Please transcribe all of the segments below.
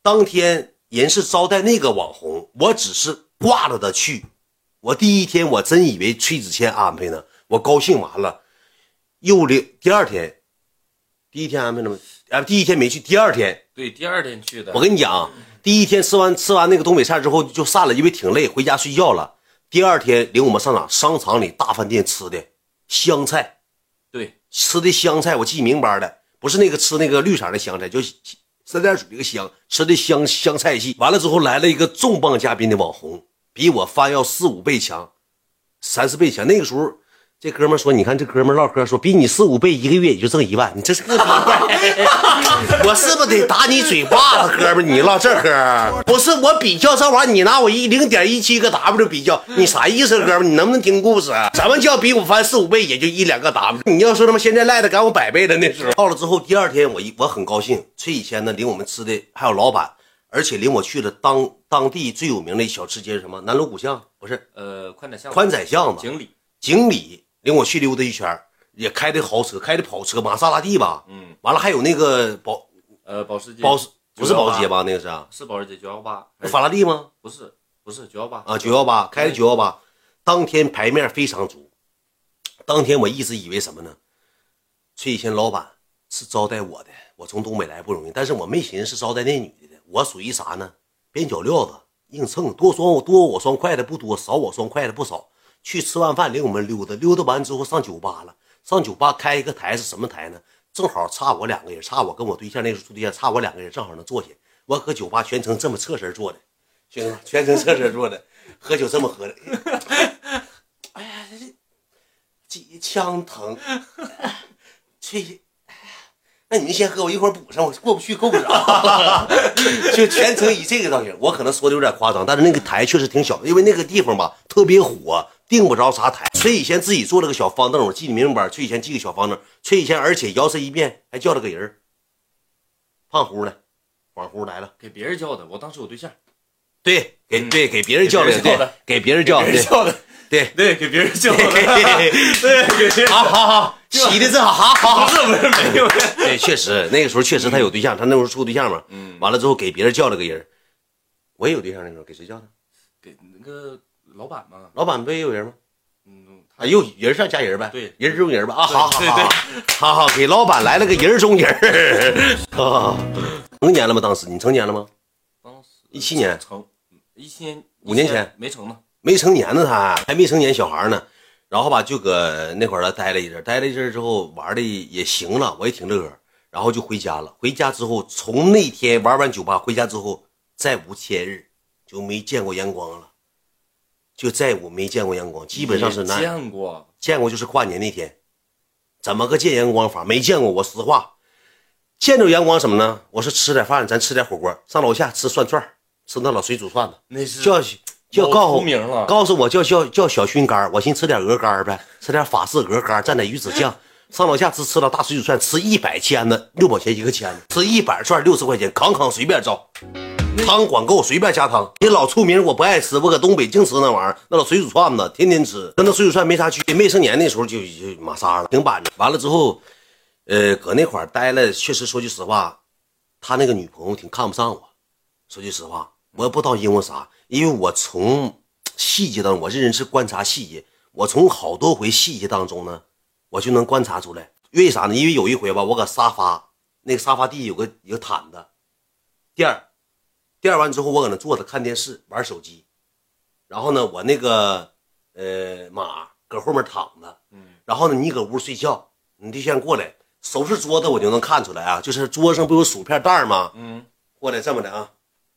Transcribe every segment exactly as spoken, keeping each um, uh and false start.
当天人是招待那个网红，我只是挂了的去。我第一天我真以为崔子谦安排呢，我高兴完了，又了第二天，第一天安排了吗？啊，第一天没去，第二天对，第二天去的。 我跟你讲，第一天吃完吃完那个东北菜之后就散了，因为挺累，回家睡觉了。第二天领我们上哪？商场里大饭店吃的香菜， 对， 吃的香菜我记明白了，不是那个吃那个绿色的香菜，就三点水那个香，吃的香香菜系。完了之后来了一个重磅嘉宾的网红。比我翻要四五倍强，三四倍强。那个时候，这哥们说：“你看这哥们唠嗑说，比你四五倍，一个月也就挣一万，你这是个逼！我是不是得打你嘴巴子，哥们？你唠这嗑，不是我比较这玩意儿，你拿我一零点一七个 W 比较，你啥意思，哥们？你能不能听故事？什么叫比我翻四五倍，也就一两个 W？你要说他妈现在赖的赶我百倍的那时候，到了之后，第二天我一我很高兴，崔以前呢领我们吃的还有老板。”而且领我去了当当地最有名的小吃街，什么南锣鼓巷不是？ 呃，宽窄巷， 宽窄巷子。 经理， 经理领我去溜达一圈，也开的豪车，开的跑车，玛莎拉蒂吧。嗯。完了还有那个保呃保时捷， 保不是保时捷吧？那个是啊， 是保时捷九幺八， 法拉利吗？ 不是，不是九幺八啊，九幺八开的九幺八。当天牌面非常足。当天我一直以为什么呢？崔以前老板是招待我的，我从东北来不容易，但是我没寻思是招待那女的。我属于啥呢？边角料子硬蹭，多双我多我双快的不多，少我双快的不少。去吃完饭领我们溜达，溜达完之后上酒吧了。上酒吧开一个台是什么台呢？正好差我两个人，差我跟我对象那时候处对象，差我两个人正好能坐下。我搁酒吧全程这么侧身坐的，兄弟，全程侧身坐的，喝酒这么喝的。哎呀，几枪疼，这。那你们先喝，我一会儿补上，我过不去够不着，就全程以这个造型。我可能说的有点夸张，但是那个台确实挺小的，因为那个地方吧特别火，订不着啥台。崔以前自己做了个小方凳，我记得明白。崔以前记个小方凳，崔以前而且摇身一变还叫了个人，胖乎的，恍惚来了， 给别人叫的。我当时有对象， 对，给对给别人叫的，对，给别人叫的，对对，给别人叫的，对，给好好好。洗的这好，好好， 不是不是没有。 对，确实那个时候确实他有对象，他那时候处对象嘛。嗯。完了之后给别人叫了个人，我也有对象，那时候给谁叫的？ 给那个老板嘛。 老板不也有人吗？ 嗯。 啊，又人上加人呗。 对， 人中人吧。啊，好好对对， 好好给老板来了个人中人。啊，成年了吗？当时你成年了吗？ 当时一七年。 成，一七年五年前没成呢， 没成年呢，他还没成年小孩呢。然后吧，就搁那块儿待了一阵，待了一阵之后玩的也行了，我也挺乐呵，然后就回家了。回家之后，从那天玩完酒吧回家之后，再无天日，就没见过阳光了，就再无没见过阳光，基本上是难见过， 见过就是跨年那天，怎么个见阳光法？没见过，我实话，见着阳光什么呢？我是吃点饭，咱吃点火锅，上楼下吃涮串，吃那老水煮串子， 那是叫。就告诉了告诉我叫叫叫小熏干，我寻思吃点鹅肝呗，吃点法式鹅肝，蘸点鱼子酱，上楼下吃吃了大水煮串，吃一百签子，六毛钱一个签子，吃一百串六十块钱，康康随便照，汤管够随便加汤。也老出名，我不爱吃，我搁东北净吃那玩意儿，那老水煮串子天天吃，跟那水煮串没啥区别。没成年那时候就就马杀了，挺板着。完了之后，呃，搁那块儿待了，确实说句实话，他那个女朋友挺看不上我，说句实话，我也不知道因为啥。因为我从细节当中，我这人是观察细节，我从好多回细节当中呢，我就能观察出来。为啥呢？因为有一回吧，我搁沙发那个沙发地有个有个毯子垫儿，垫儿完之后，我搁那坐着看电视玩手机，然后呢，我那个呃马搁后面躺着，嗯，然后呢，你搁屋睡觉，你对象过来收拾桌子，我就能看出来啊，就是桌上不有薯片袋吗？嗯，过来这么的啊。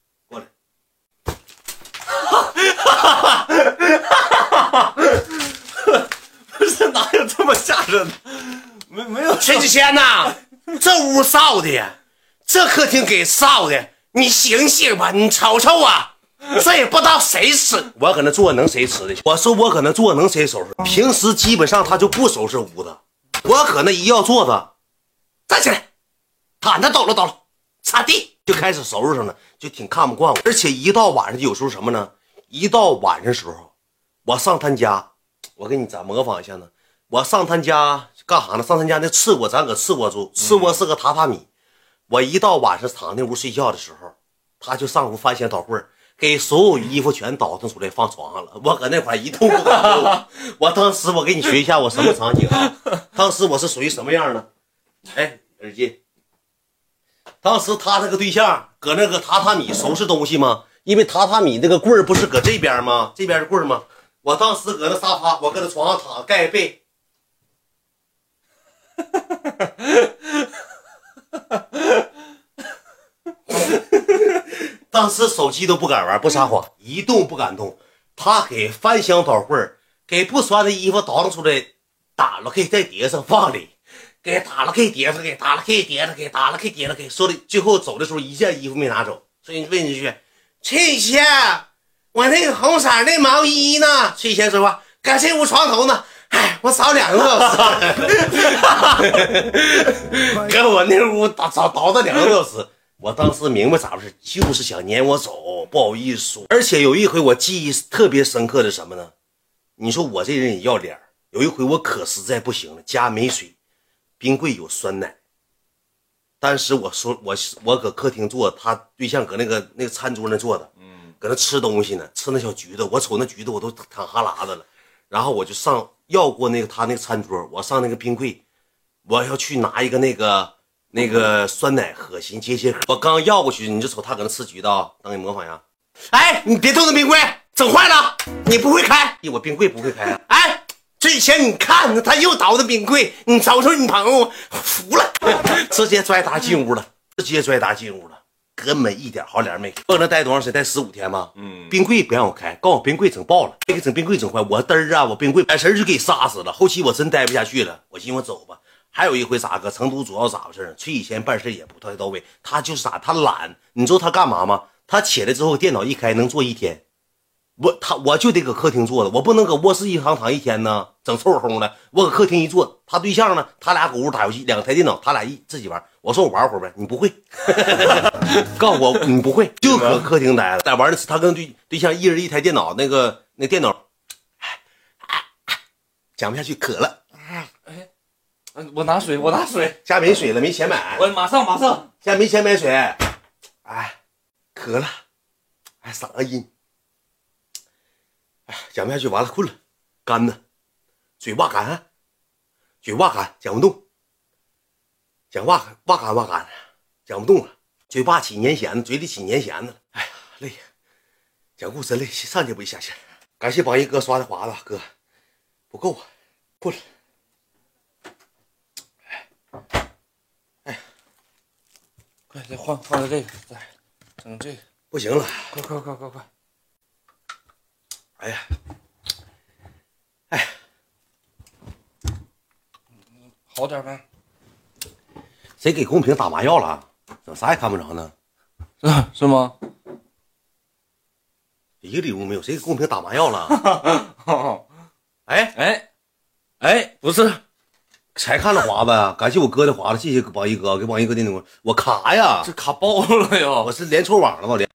不是哪有这么吓人的？没没有。 崔子谦呐，这屋烧的，这客厅给烧的，你醒醒吧，你瞅瞅啊，这也不知道谁吃。我搁那坐能谁吃的？我说我搁那坐能谁收拾？平时基本上他就不收拾屋子，我搁那一要坐着，站起来，毯子抖了抖了，擦地就开始收拾上了，就挺看不惯我。而且一到晚上，有时候什么呢？一到晚上时候，我上他家，我给你咋模仿一下呢？我上他家干啥呢？上他家那次卧，咱搁次卧住，次卧是个榻榻米。我一到晚上躺那屋睡觉的时候， 他就上屋翻箱倒柜，给所有衣服全倒腾出来放床上了。我搁那块一动不敢动。我当时我给你学一下我什么场景啊？当时我是属于什么样呢？哎，耳机。当时他那个对象搁那个榻榻米收拾东西吗？因为榻榻米那个柜儿不是搁这边吗？这边是柜儿吗？我当时搁那沙发，我搁那床上躺盖被。当时手机都不敢玩，不撒谎，一动不敢动。他给翻箱倒柜，给不穿的衣服倒腾出来，打了给在碟上放里，给打了给碟上，给打了给碟上，给打了给碟上，给说的最后走的时候一件衣服没拿走。所以问一句，翠仙，我那个红色的毛衣呢？翠仙说话，搁这屋床头呢。哎，我找两个多小时，搁我那屋倒倒倒腾两个多小时。我当时明白咋回事，就是想撵我走，不好意思说。而且有一回我记忆特别深刻的什么呢？你说我这人也要脸。有一回我可实在不行了，家没水，冰柜有酸奶。当时我说我我搁客厅坐，他对象搁那个那个餐桌那坐的，嗯，搁那吃东西呢，吃那小橘子。我瞅那橘子我都淌哈喇子了。然后我就上要过那个他那个餐桌，我上那个冰柜，我要去拿一个那个那个酸奶喝，寻接些喝。我刚要过去，你就瞅他搁那吃橘子啊，当你模仿呀。哎，你别动那冰柜，整坏了，你不会开。我冰柜不会开。哎，之前你看他又倒腾冰柜，你找找你朋友服了，直接拽他进屋了，直接拽他进屋了。根本一点好脸没给，搁那待多长时间？待十五天吗？嗯，冰柜不让我开，告诉我冰柜整爆了，别给整冰柜整坏，我嘚儿啊，我冰柜眼神就给杀死了。后期我真待不下去了，我寻思我走吧。还有一回咋个？成都主要咋回事？崔以前办事也不太到位，他就是啥，他懒。你知道他干嘛吗？他起来之后电脑一开能坐一天。我他我就得搁客厅坐的，我不能搁卧室一躺躺一天呢，整臭烘的。我搁客厅一坐，他对象呢，他俩搁屋打游戏，两台电脑，他俩一自己玩。我说我玩会儿呗，你不会，告诉我你不会，就搁客厅待着。在玩的是他跟对对象一人一台电脑，那个那电脑，讲不下去，渴了。 哎，我拿水，我拿水， 家没水了，没钱买。 我马上马上， 家没钱买水。哎，渴了，哎，嗓子阴。哎，讲不下去，完了，困了，干呢，嘴哇干，嘴哇干，讲不动，讲哇哇干哇干，讲不动了，嘴巴起粘弦子，嘴里起粘弦子了。哎呀，累呀，讲故事累，上去不下去。感谢榜一哥刷的华子，哥不够啊，困了。哎，哎， 快再换换个这个，再整这个， 不行了， 快快快快快！ 哎呀，哎， 好点没？ 谁给公屏打麻药了？怎么啥也看不着呢？ 是是吗？ 一个礼物没有，谁给公屏打麻药了？哎哎哎，不是， 才看了华子，感谢我哥的华子，谢谢榜一哥，给榜一哥点点关注。我卡呀， 这卡爆了呀！ 我是连错网了吗？连。